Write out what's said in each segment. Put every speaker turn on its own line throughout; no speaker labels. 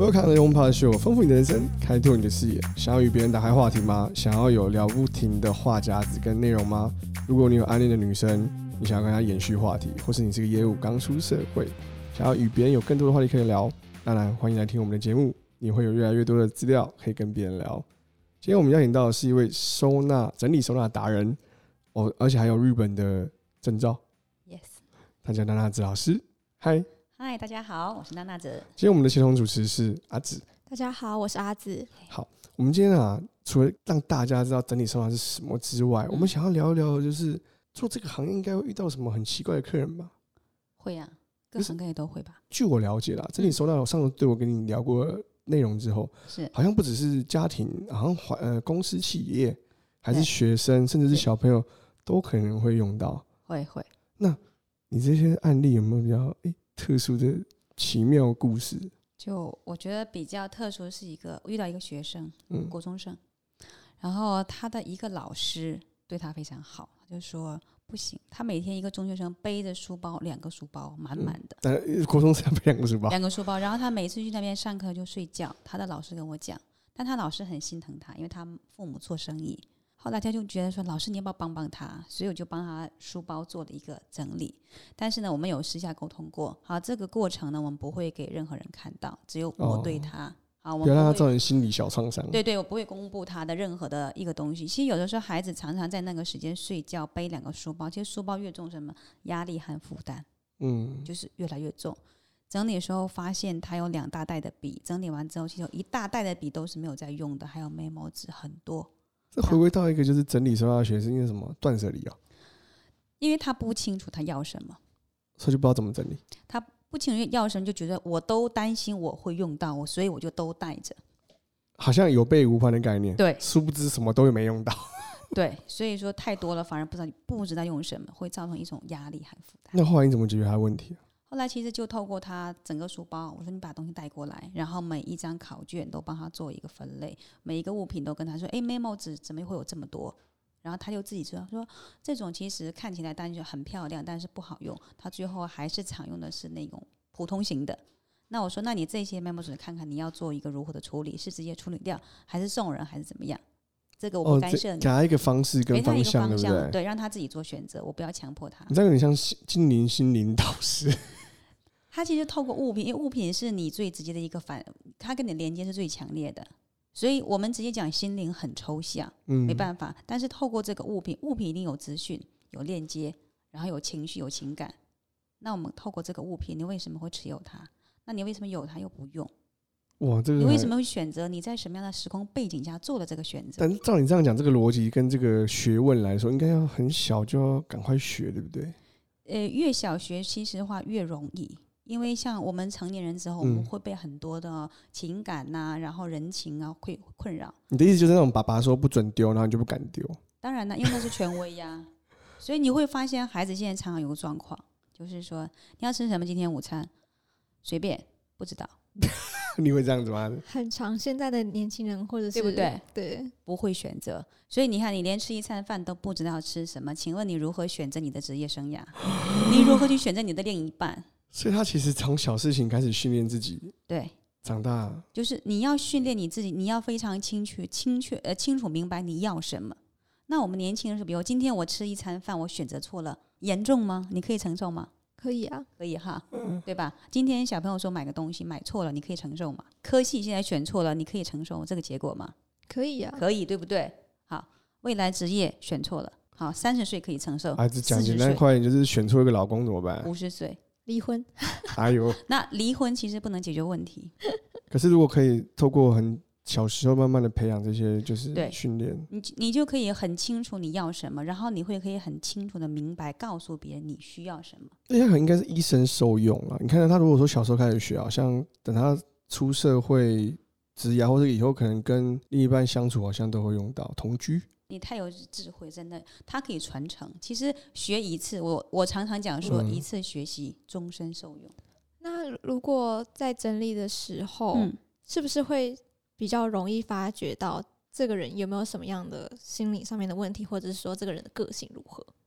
Welcome to Home Pod Show， 丰富你的人生，开拓你的视野。想要与别人打开话题吗？想要有聊不停的话匣子跟内容吗？如果你有暗恋的女生，你想要跟她延续话题，或是你是个业务刚出社会，想要与别人有更多的话题可以聊，当然欢迎来听我们的节目，你会有越来越多的资料可以跟别人聊。今天我们邀请到的是一位整理收纳达人，而且还有日本的证照。
Yes，
他叫娜娜子老师。嗨，
大家好，我是娜娜子。
今天我们的协同主持是阿紫。
大家好，我是阿紫。
好，我们今天除了让大家知道整理收纳是什么之外，我们想要聊一聊，就是做这个行业应该会遇到什么很奇怪的客人吧？
会啊，各行各业都会吧。
据我了解啦，整理收纳，我上次对我跟你聊过内容之后，
是
好像不只是家庭，好像公司企业，还是学生，甚至是小朋友都可能会用到。
会。
那你这些案例有没有比较特殊的奇妙故事？
就我觉得比较特殊是遇到一个学生，国中生，然后他的一个老师对他非常好，他就说不行，他每天一个中学生背着书包，2个书包满满的，
国中生背2个书包
，2个书包，然后他每次去那边上课就睡觉。他的老师跟我讲，但他老师很心疼他，因为他父母做生意。后来他就觉得说，老师你要不要帮帮他？所以我就帮他书包做了一个整理。但是呢，我们有私下沟通过，好，这个过程呢，我们不会给任何人看到，只有我对他。好，
不要让他造成心理小创伤。
对，我不会公布他的任何的一个东西。其实有的时候孩子常常在那个时间睡觉，背2个书包，其实书包越重，什么压力和负担，就是越来越重。整理的时候发现他有2大袋的笔，整理完之后，其实有1大袋的笔都是没有在用的，还有 memo 纸很多。
这回归到一个就是整理收纳学是因为什么断舍离啊？
因为他不清楚他要什么，
所以就不知道怎么整理。
他不清楚要什么，就觉得我都担心我会用到，所以我就都带着，
好像有备无患的概念。
对，
殊不知什么都没用到。
对，所以说太多了，反而不知道用什么，会造成一种压力和负担。
那后来你怎么解决他的问题？
后来其实就透过他整个书包，我说你把东西带过来，然后每一张考卷都帮他做一个分类，每一个物品都跟他说memo 纸怎么会有这么多，然后他就自己说这种其实看起来单纯很漂亮，但是不好用，他最后还是常用的是那种普通型的。那我说那你这些 memo 纸看看你要做一个如何的处理，是直接处理掉还是送人还是怎么样，这个我不干涉你，
给他一个方式跟方向，对不对？
对，让他自己做选择，我不要强迫他。
你这样有点像心灵导师。
他其实透过物品，因为物品是你最直接的一个它跟你的连接是最强烈的，所以我们直接讲心灵很抽象，没办法。但是透过这个物品一定有资讯、有链接，然后有情绪、有情感。那我们透过这个物品，你为什么会持有它？那你为什么有它又不用？
哇，这个
你为什么会选择？你在什么样的时空背景下做了这个选择？
但照你这样讲，这个逻辑跟这个学问来说，应该要很小就要赶快学，对不对？
越小学其实的话越容易。因为像我们成年人之后，我们会被很多的情感然后人情会困扰。
你的意思就是那种爸爸说不准丢，然后你就不敢丢？
当然了，因为那是权威呀。所以你会发现孩子现在常常有个状况，就是说你要吃什么今天午餐，随便，不知道。
你会这样子吗？
很常现在的年轻人或者是
对不对？
对，
不会选择。所以你看，你连吃一餐饭都不知道吃什么，请问你如何选择你的职业生涯？你如何去选择你的另一半？
所以他其实从小事情开始训练自己，
对，
长大
就是你要训练你自己，你要非常清楚明白你要什么。那我们年轻人是，比如今天我吃一餐饭，我选择错了，严重吗？你可以承受吗？
可以啊，
可以哈，对吧？今天小朋友说买个东西买错了，你可以承受吗？科系现在选错了，你可以承受这个结果吗？
可以啊，
可以，对不对？好，未来职业选错了，好，30岁可以承受，
孩子讲简单快一点，就是选错一个老公怎么办
？50岁
离婚。
哎呦，
那离婚其实不能解决问题。
可是如果可以透过很小时候慢慢的培养这些就是训练，
你就可以很清楚你要什么，然后你可以很清楚的明白告诉别人你需要什么。
那他应该是一生受用了。你看他如果说小时候开始学，好像等他出社会职涯或者以后可能跟另一半相处，好像都会用到同居。
你太有智慧，真的，它可以传承。其实学一次，我常常讲说，一次学习，终身受用。
那如果在整理的时候，是不是会比较容易发觉到这个人有没有什么样的心理上面的问题，或者是说这个人的个性如何？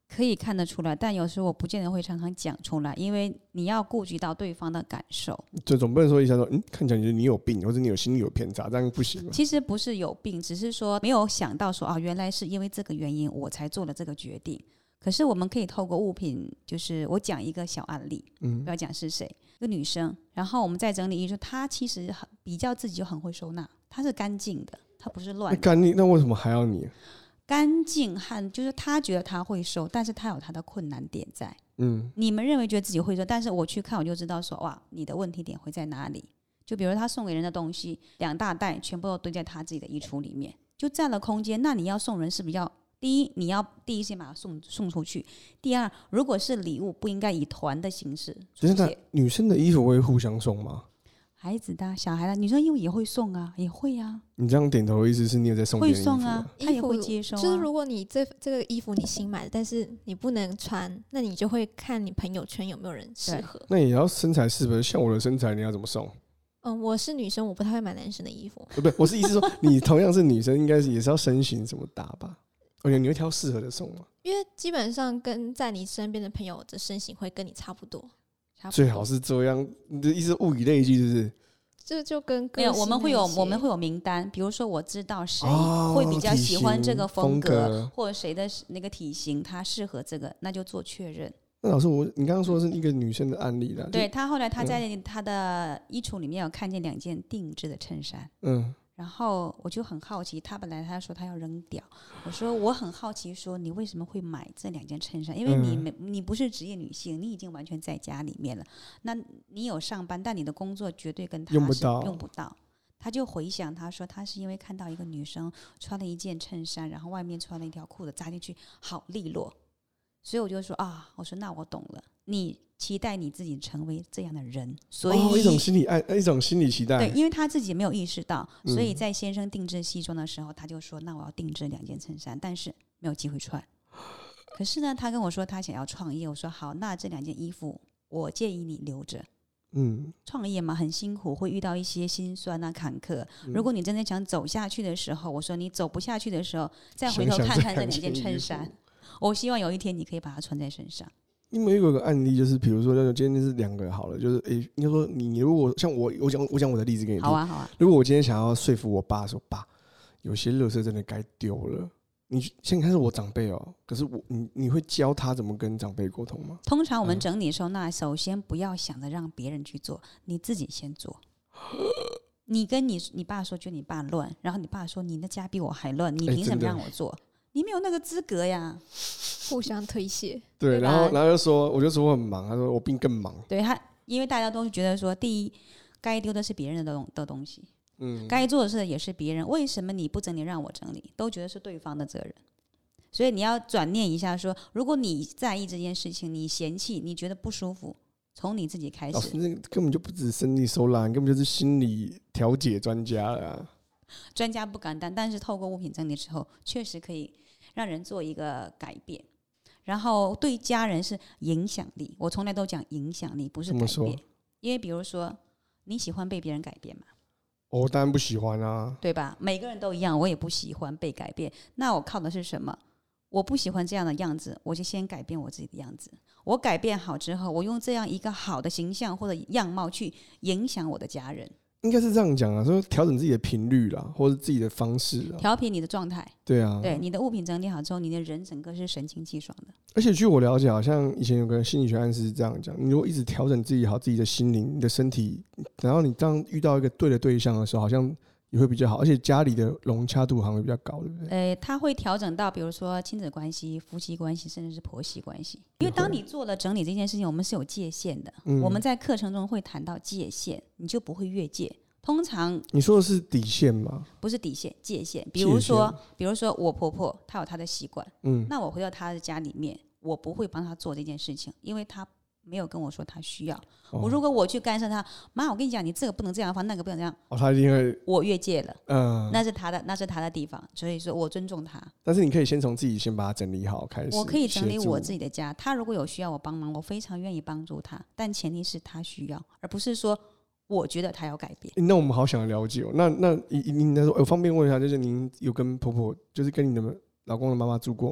可以看得出来，但有时候我不见得会常常讲出来，因为你要顾及到对方的感受。
就总不能说一下说，看起来你有病，或者你有心理有偏差，这样不行吗？
其实不是有病，只是说没有想到说原来是因为这个原因我才做了这个决定。可是我们可以透过物品，就是我讲一个小案例，不要讲是谁，一个女生，然后我们在整理衣服，她其实比较自己就很会收纳，她是干净的，她不是乱的。
干净，那为什么还要你？
干净和就是她觉得她会收，但是她有她的困难点在。你们认为觉得自己会收，但是我去看我就知道说哇，你的问题点会在哪里？就比如她送给人的东西2大袋全部都堆在她自己的衣橱里面，就占了空间。那你要送人是比较。第一，你要第一先把它送出去。第二，如果是礼物，不应该以团的形式出现。
就是女生的衣服会互相送吗？
孩子的、小孩的，女生衣服也会送啊，也会啊。
你这样点头的意思是你有在送别人衣服？
会送啊，他也会接收啊。
就是如果你这个衣服你新买的，但是你不能穿，那你就会看你朋友圈有没有人适合。
那也要身材适合，像我的身材，你要怎么送？
我是女生，我不太会买男生的衣服。
不，我是意思说，你同样是女生，应该也是要身形怎么搭吧？你会挑适合的送吗？
因为基本上跟在你身边的朋友的身形会跟你差不多。
最好是这样。你的意思是物以类聚，是不是？
这就跟
没有，我们会有名单，比如说我知道谁会比较喜欢这个风格，或者谁的那个体型他适合这个，那就做确认。
那老师，你刚刚说的是一个女生的案例啦。
对，他后来他在他的衣橱里面有看见2件定制的衬衫。然后我就很好奇，他本来他说他要扔掉，我说我很好奇，说你为什么会买这2件衬衫？因为你不是职业女性，你已经完全在家里面了。那你有上班，但你的工作绝对跟他是用不到。他就回想，他说他是因为看到一个女生穿了一件衬衫，然后外面穿了一条裤子扎进去，好利落。所以我就说我说那我懂了，你期待你自己成为这样的人，所以
一种心理期待。
对，因为他自己没有意识到，所以在先生定制西装的时候，他就说那我要定制2件衬衫，但是没有机会穿。可是呢，他跟我说他想要创业，我说好，那这2件衣服我建议你留着。创业嘛很辛苦，会遇到一些辛酸啊坎坷。如果你真的想走下去的时候，我说你走不下去的时候，再回头看看这2件衬衫。我希望有一天你可以把它穿在身上。
你们有个案例，就是比如说，今天是2个好了，就是应该说你如果像我讲我的例子给你听。
好啊。
如果我今天想要说服我爸说，爸，有些垃圾真的该丢了。你先看是我长辈可是你会教他怎么跟长辈沟通吗？
通常我们整理的时候，那首先不要想着让别人去做，你自己先做。你跟你爸说，觉得你爸乱，然后你爸说你的家比我还乱，你凭什么让我做？你没有那个资格呀，
互相推卸。
对，然后就说，我就说我很忙，他说我比你更忙。
对他，因为大家都觉得说，第一，该丢的是别人的东西，该做的事也是别人，为什么你不整理让我整理？都觉得是对方的责任。所以你要转念一下说，如果你在意这件事情，你嫌弃，你觉得不舒服，从你自己开始。
老师，那根本就不止生理收纳，根本就是心理调解专家了。
专家不敢当，但是透过物品整理之后，确实可以让人做一个改变。然后对家人是影响力，我从来都讲影响力，不是改变。因为比如说，你喜欢被别人改变吗？
我当然不喜欢啊，
对吧？每个人都一样，我也不喜欢被改变。那我靠的是什么？我不喜欢这样的样子，我就先改变我自己的样子。我改变好之后，我用这样一个好的形象或者样貌去影响我的家人。
应该是这样讲啊，说调整自己的频率啦，或者自己的方式啦，
调频你的状态。
对啊，
对，你的物品整理好之后，你的人整个是神清气爽的。
而且据我了解，好像以前有个心理学暗示是这样讲：你如果一直调整自己的心灵、你的身体，然后你当遇到一个对的对象的时候，好像也会比较好，而且家里的融洽度好像会比较高，对不对？
它会调整到比如说亲子关系、夫妻关系，甚至是婆媳关系。因为当你做了整理这件事情，我们是有界限的。我们在课程中会谈到界限，你就不会越界。通常
你说的是底线吗？
不是底线，界限。比如说我婆婆她有她的习惯，那我回到她的家里面，我不会帮她做这件事情，因为她没有跟我说她需要。如果我去干涉她，妈，我跟你讲，你这个不能这样放，那个不能这样，
她一定会，
我越界了。那是她的地方，所以说我尊重她。
但是你可以先从自己先把它整理好开始。
我可以整理我自己的家，她如果有需要我帮忙，我非常愿意帮助她，但前提是她需要，而不是说我觉得他要改变。
那我们好想了解那您说，我方便问一下，就是您有跟婆婆，就是跟你的老公的妈妈住过吗？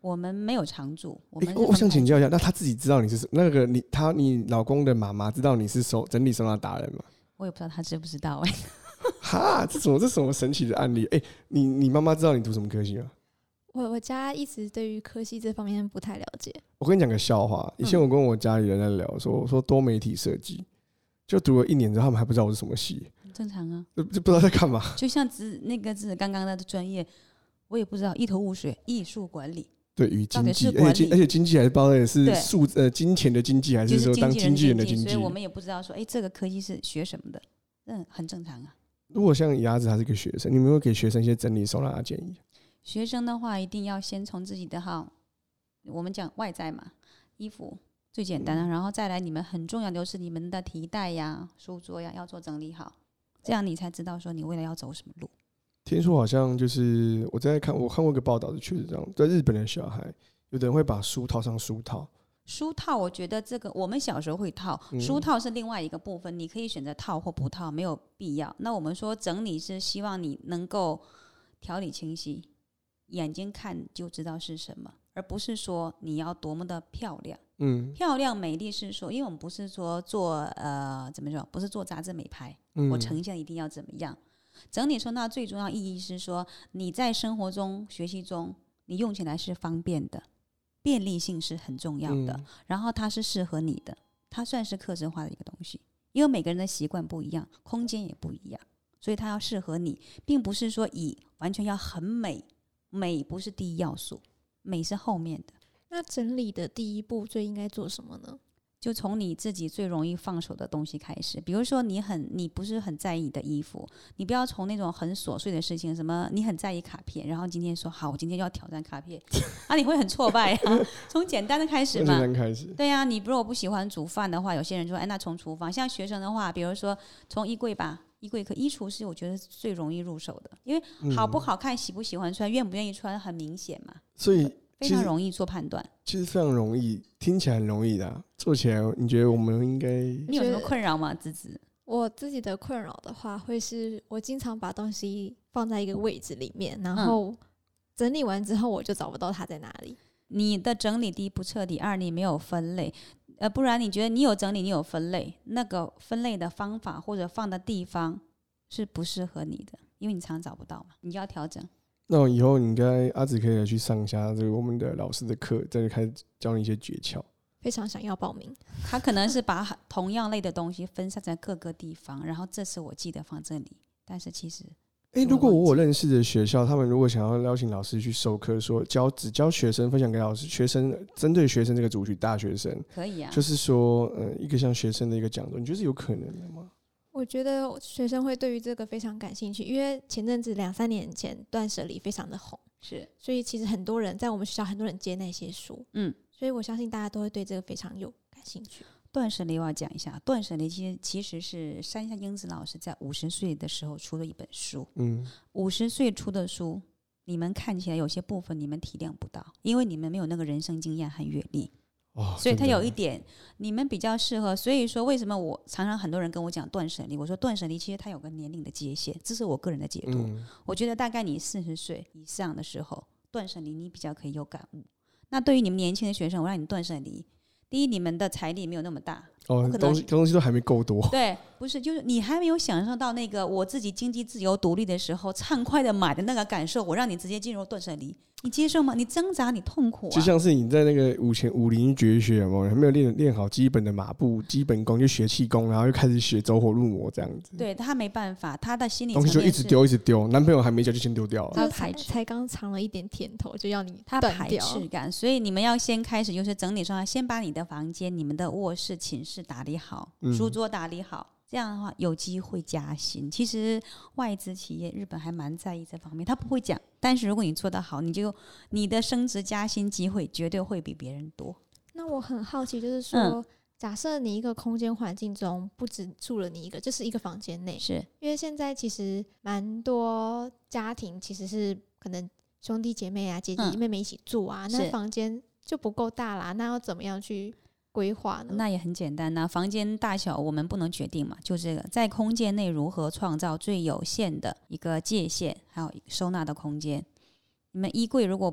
我们没有常住，
我想请教一下，那他自己知道你是那个你老公的妈妈知道你是整理收纳达人吗？
我也不知道他知不知道
哈，这什么神奇的案例？你妈妈知道你读什么科系吗？
我家一直对于科系这方面不太了解。
我跟你讲个笑话，以前我跟我家里人在聊说多媒体设计，就读了1年之后，他们还不知道我是什么系，
很正常啊，
就不知道在干嘛。
就像那个刚刚的专业，我也不知道，一头雾水。艺术管理，
对于经济，
而
且经济还是不知道也是金钱的经济，还是说当经纪人的经济，
所以我们也不知道说，这个科技是学什么的，很正常啊。
如果像鸭子他是个学生，你们会给学生一些整理收纳的建议？
学生的话，一定要先从自己的我们讲外在嘛，衣服最简单的，然后再来你们很重要的就是你们的提袋呀、书桌呀要做整理好，这样你才知道说你未来要走什么路。
听说好像就是我看过一个报道，是确实这样，在日本的小孩，有的人会把书套上书套。
书套，我觉得这个我们小时候会套，书套是另外一个部分，你可以选择套或不套，没有必要。那我们说整理是希望你能够条理清晰，眼睛看就知道是什么，而不是说你要多么的漂亮。漂亮美丽是说，因为我们不是说做怎么说，不是做杂志美拍，我呈现一定要怎么样。整理收纳最重要意义是说，你在生活中、学习中，你用起来是方便的。便利性是很重要的，然后它是适合你的，它算是客制化的一个东西，因为每个人的习惯不一样，空间也不一样，所以它要适合你，并不是说完全要很美，美不是第一要素，美是后面的。
那整理的第一步最应该做什么呢？
就从你自己最容易放手的东西开始，比如说你不是很在意你的衣服，你不要从那种很琐碎的事情，什么你很在意卡片，然后今天说好，我今天要挑战卡片你会很挫败啊。从简单的开始嘛，
简单开始。
对啊，你如果不喜欢煮饭的话，有些人说，那从厨房，像学生的话，比如说从衣柜吧，衣橱是我觉得最容易入手的，因为好不好看、喜不喜欢穿、愿不愿意穿很明显嘛，
所以
非常容易做判断。
其实非常容易，听起来很容易的做起来你觉得我们应该？
你有什么困扰吗？芝芝？
我自己的困扰的话，会是我经常把东西放在一个位置里面，然后整理完之后我就找不到它在哪里。
你的整理第一不彻底，二你没有分类，不然你觉得你有整理，你有分类，那个分类的方法或者放的地方是不适合你的，因为你常找不到嘛，你就要调整。
那以后你应该阿紫可以来去上一下这个我们的老师的课，再开始教你一些诀窍。
非常想要报名。
他可能是把同样类的东西分散在各个地方，然后这次我记得放这里，但是其实
如果我有认识的学校，他们如果想要邀请老师去授课，说只教学生，分享给老师，学生针对学生这个族群，大学生
可以啊，
就是说一个像学生的一个讲座，你觉得是有可能的吗？
我觉得学生会对于这个非常感兴趣，因为前阵子2-3年前断舍离非常的红，
是，
所以其实很多人在我们学校，很多人接那些书，所以我相信大家都会对这个非常有感兴趣。
断舍离我要讲一下，断舍离其实是山下英子老师在50岁的时候出的一本书，50岁出的书，你们看起来有些部分你们体谅不到，因为你们没有那个人生经验和阅历。所以它有一点你们比较适合，所以说为什么我常常很多人跟我讲断舍离，我说断舍离其实它有个年龄的界限，这是我个人的解读。我觉得大概你40岁以上的时候断舍离你比较可以有感悟。那对于你们年轻的学生，我让你断舍离，第一你们的财力没有那么大，
东西都还没够多。
对，不是，就是你还没有享受到那个我自己经济自由独立的时候畅快的买的那个感受，我让你直接进入断舍离，你接受吗？你挣扎，你痛苦
就像是你在那个武林绝学还没有练好基本的马步基本功，就学气功，然后又开始学走火入魔这样子。
对，他没办法，他的心理
东西就一直丢，男朋友还没交就先丢掉了。
他才刚尝了一点甜头就要你
他排斥感，所以你们要先开始就是整理上，先把你的房间、你们的卧室、寝室打理好，书桌打理好，这样的话有机会加薪。其实外资企业日本还蛮在意这方面，他不会讲，但是如果你做得好，你的升职加薪机会绝对会比别人多。
那我很好奇，就是说假设你一个空间环境中不只住了你一个，就是一个房间内，
是
因为现在其实蛮多家庭其实是可能兄弟姐妹啊、姐姐妹妹一起住啊，那房间就不够大啦，那要怎么样去规划呢？
那也很简单啊，房间大小我们不能决定嘛，就这个在空间内如何创造最有限的一个界限，还有收纳的空间。你们衣柜如果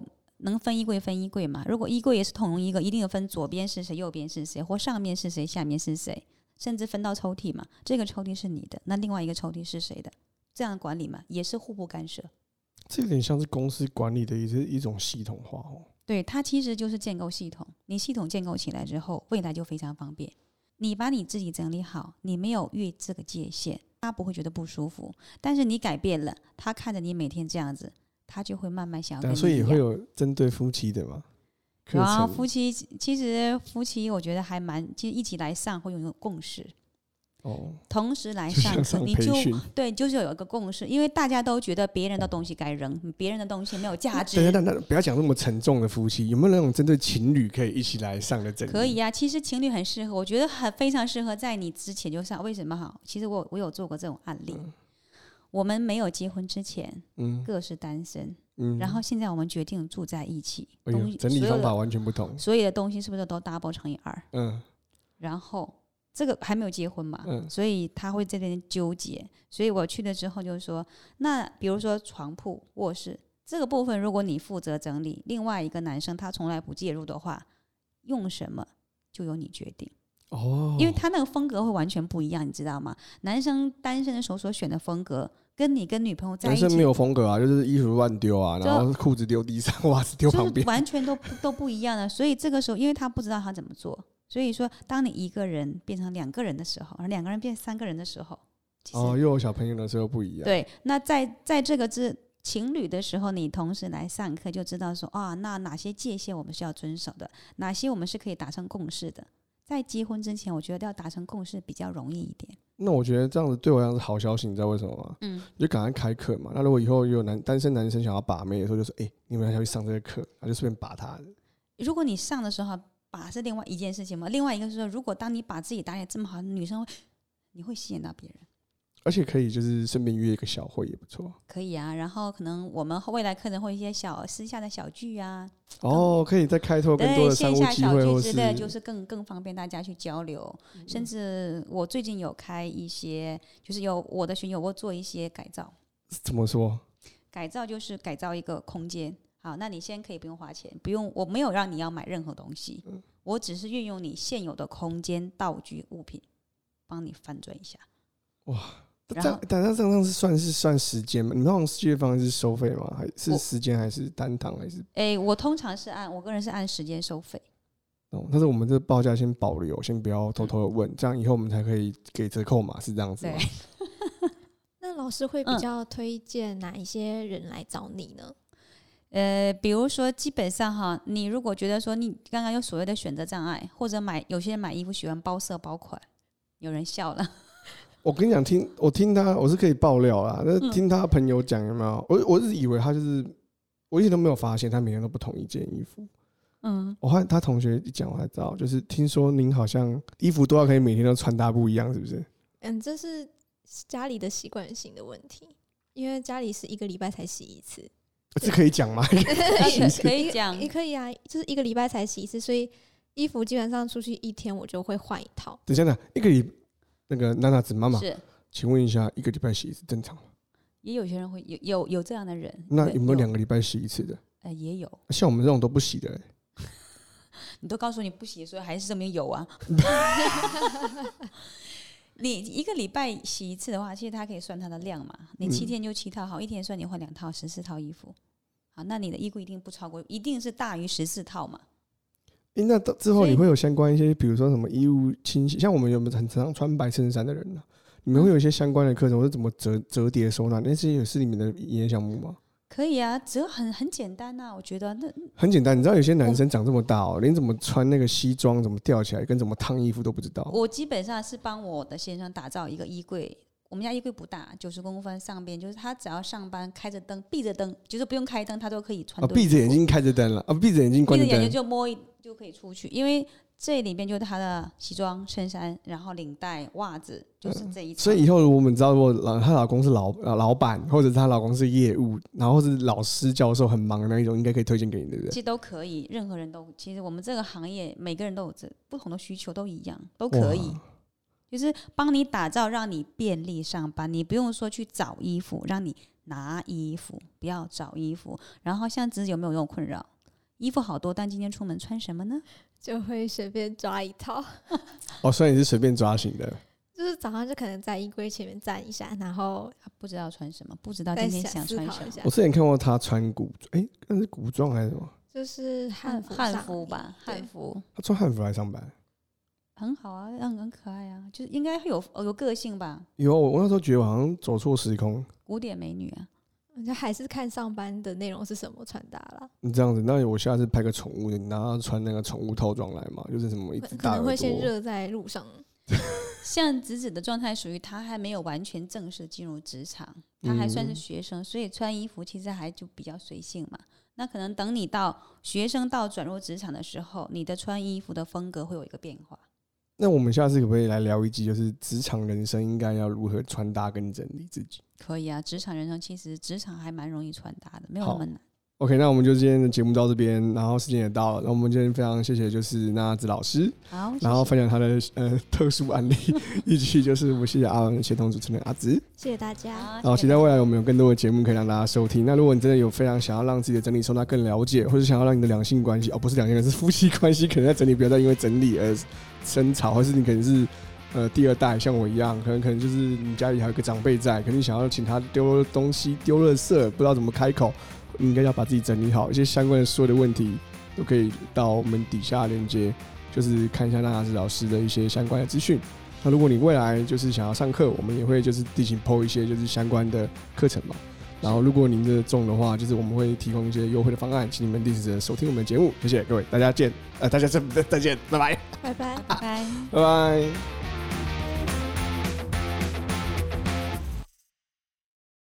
能分衣柜分衣柜嘛？如果衣柜也是同一个，一定有分左边是谁，右边是谁，或上面是谁，下面是谁，甚至分到抽屉嘛。这个抽屉是你的，那另外一个抽屉是谁的？这样管理嘛，也是互不干涉。
这有点像是公司管理的一种系统化哦。
对，它其实就是建构系统。你系统建构起来之后，未来就非常方便。你把你自己整理好，你没有越这个界限，他不会觉得不舒服。但是你改变了，他看着你每天这样子，他就会慢慢想要跟你一样。
所以也会有针对夫妻的嘛？
然后其实夫妻我觉得还蛮，其实一起来上会有共识。同时来上课，你就对，就是有一个共识，因为大家都觉得别人的东西该扔，别人的东西没有价值。
那不要讲那么沉重的夫妻，有没有那种针对情侣可以一起来上的整理？
可以啊，其实情侣很适合，我觉得非常适合在你之前就上。为什么好？其实我有做过这种案例。我们没有结婚之前，各是单身，然后现在我们决定住在一起，
整理方法完全不同，
所有的东西是不是都 double 乘以2？然后。这个还没有结婚嘛，所以他会在这边纠结。所以我去了之后就说，那比如说床铺、卧室这个部分，如果你负责整理，另外一个男生他从来不介入的话，用什么就由你决定。因为他那个风格会完全不一样，你知道吗？男生单身的时候所选的风格，跟你跟女朋友在一起，
男生没有风格啊，就是衣服乱丢啊，然后裤子丢地上，袜子丢旁边，
完全都不一样的。所以这个时候，因为他不知道他怎么做。所以说，当你一个人变成2个人的时候，而2个人变3个人的时候，
又有小朋友的时候不一样。
对，那在这个情侣的时候，你同时来上课，就知道说那哪些界限我们是要遵守的，哪些我们是可以达成共识的。在结婚之前，我觉得要达成共识比较容易一点。
那我觉得这样子对我来讲是好消息，你知道为什么吗？就赶快开课嘛。那如果以后有单身男生想要把妹的时候，就说你们要去上这个课，他就顺便把他。
如果你上的时候。把是另外一件事情嘛，另外一个是说，如果当你把自己打理这么好，女生你会吸引到别人，
而且可以就是顺便约一个小会也不错。
可以啊，然后可能我们未来课程会一些私下的小聚啊，
可以再开拓更多的商务机会，或是
就是更方便大家去交流。甚至我最近有开一些，就是有我的学友我做一些改造。
怎么说？
改造就是改造一个空间。好，那你先可以不用花钱，我没有让你要买任何东西，我只是运用你现有的空间、道具、物品，帮你翻转一下。
哇，但这样是算时间吗？你们那种世界方式是收费吗？还是时间，还是单堂，还是？
我通常是我个人是按时间收费。
但是我们这报价先保留，先不要偷偷的问，这样以后我们才可以给折扣嘛，是这样子吗？
那老师会比较推荐哪一些人来找你呢？
比如说基本上你如果觉得说你刚刚有所谓的选择障碍，或者有些人买衣服喜欢包色包款，有人笑了。
我跟你讲，我听他，我是可以爆料啦。那听他朋友讲有没有？我是以为他就是，我一直都没有发现他每天都不同一件衣服。我和他同学一讲我才知道，就是听说您好像衣服都要可以每天都穿搭不一样，是不是？
这是家里的习惯性的问题，因为家里是1个礼拜才洗一次。
这可以讲吗？
可以讲，
也可以啊，就是1个礼拜才洗一次，所以衣服基本上出去1天我就会换1套。
等一下那个娜娜子妈妈，请问一下，1个礼拜洗一次正常吗？
也有些人会有这样的人。
那有没有2个礼拜洗一次的？
也有。
像我们这种都不洗的
你都告诉你不洗，所以还是证明有啊。你1个礼拜洗一次的话，其实它可以算它的量嘛。你7天就7套，好，1天算你换2套，14套衣服。好，那你的衣柜一定不超过，一定是大于14套嘛。
那之后你会有相关一些，比如说什么衣物清洗，像我们有没有很常穿白衬衫的人呢？你们会有一些相关的课程，或者怎么折叠收纳，那些也是你们的营业项目吗？
可以啊，折很简单啊，我觉得那
很简单。你知道有些男生长这么大连怎么穿那个西装怎么吊起来跟怎么烫衣服都不知道。
我基本上是帮我的先生打造一个衣柜，我们家衣柜不大，90公分，上边就是他只要上班开着灯闭着灯，就是不用开灯他都可以穿。
闭着眼睛开着灯了闭着眼睛关着灯，
闭着眼睛就摸就可以出去，因为这里面就是他的西装、衬衫，然后领带、袜子，就是这一层。
所以以后我们知道，如果她老公是老板，或者是她老公是业务，然后是老师、教授很忙的那一种，应该可以推荐给你，对不对？
其实都可以，任何人都。其实我们这个行业，每个人都有不同的需求，都一样，都可以。就是帮你打造，让你便利上班，你不用说去找衣服，让你拿衣服，不要找衣服。然后像自己有没有这种困扰？ 衣服好多，但今天出门穿什么呢？
就会随便抓一套。
所以你是随便抓型的。
就是早上就可能在衣柜前面站一下，然后
不知道穿什么，不知道今天想穿什么。
我之前看过他穿那是古装还是什么？
就是汉
服吧，汉服。
他穿汉服来上班，
很好啊，很可爱啊，就是应该有个性吧。
有，我那时候觉得我好像走错时空，
古典美女啊。
就还是看上班的内容是什么穿搭啦。
你这样子，那我下次拍个宠物的，你拿他穿那个宠物套装来嘛，就是什么一只大耳朵，
可能会先热在路上。
像子子的状态属于他还没有完全正式进入职场，他还算是学生，所以穿衣服其实还就比较随性嘛。那可能等你到学生到转入职场的时候，你的穿衣服的风格会有一个变化。
那我们下次可不可以来聊一集，就是职场人生应该要如何穿搭跟整理自己？
可以啊，职场人生其实职场还蛮容易穿搭的，没有那么难。
OK， 那我们就今天的节目到这边，然后时间也到了，那我们今天非常谢谢就是那子老师，
好，谢谢，
然后分享他的特殊案例，以及就是我谢谢阿文协同主持人阿紫，
谢谢大家。
然后期待未来我们有更多的节目可以让大家收听。那如果你真的有非常想要让自己的整理收纳更了解，或者想要让你的两性关系不是两性关系，是夫妻关系，可能在整理不要再因为整理而争吵，或是你可能是第二代像我一样，可能就是你家里还有一个长辈在，可能你想要请他丢东西丢垃圾，不知道怎么开口，你应该要把自己整理好。一些相关的所有的问题都可以到我们底下链接，就是看一下那子老师的一些相关的资讯。那如果你未来就是想要上课，我们也会就是地形 po 一些就是相关的课程嘛。然后如果您的中的话，就是我们会提供一些优惠的方案，请你们第时收听我们的节目。谢谢各位，大家见，大家再见，拜拜，
拜拜，
拜拜，
拜拜。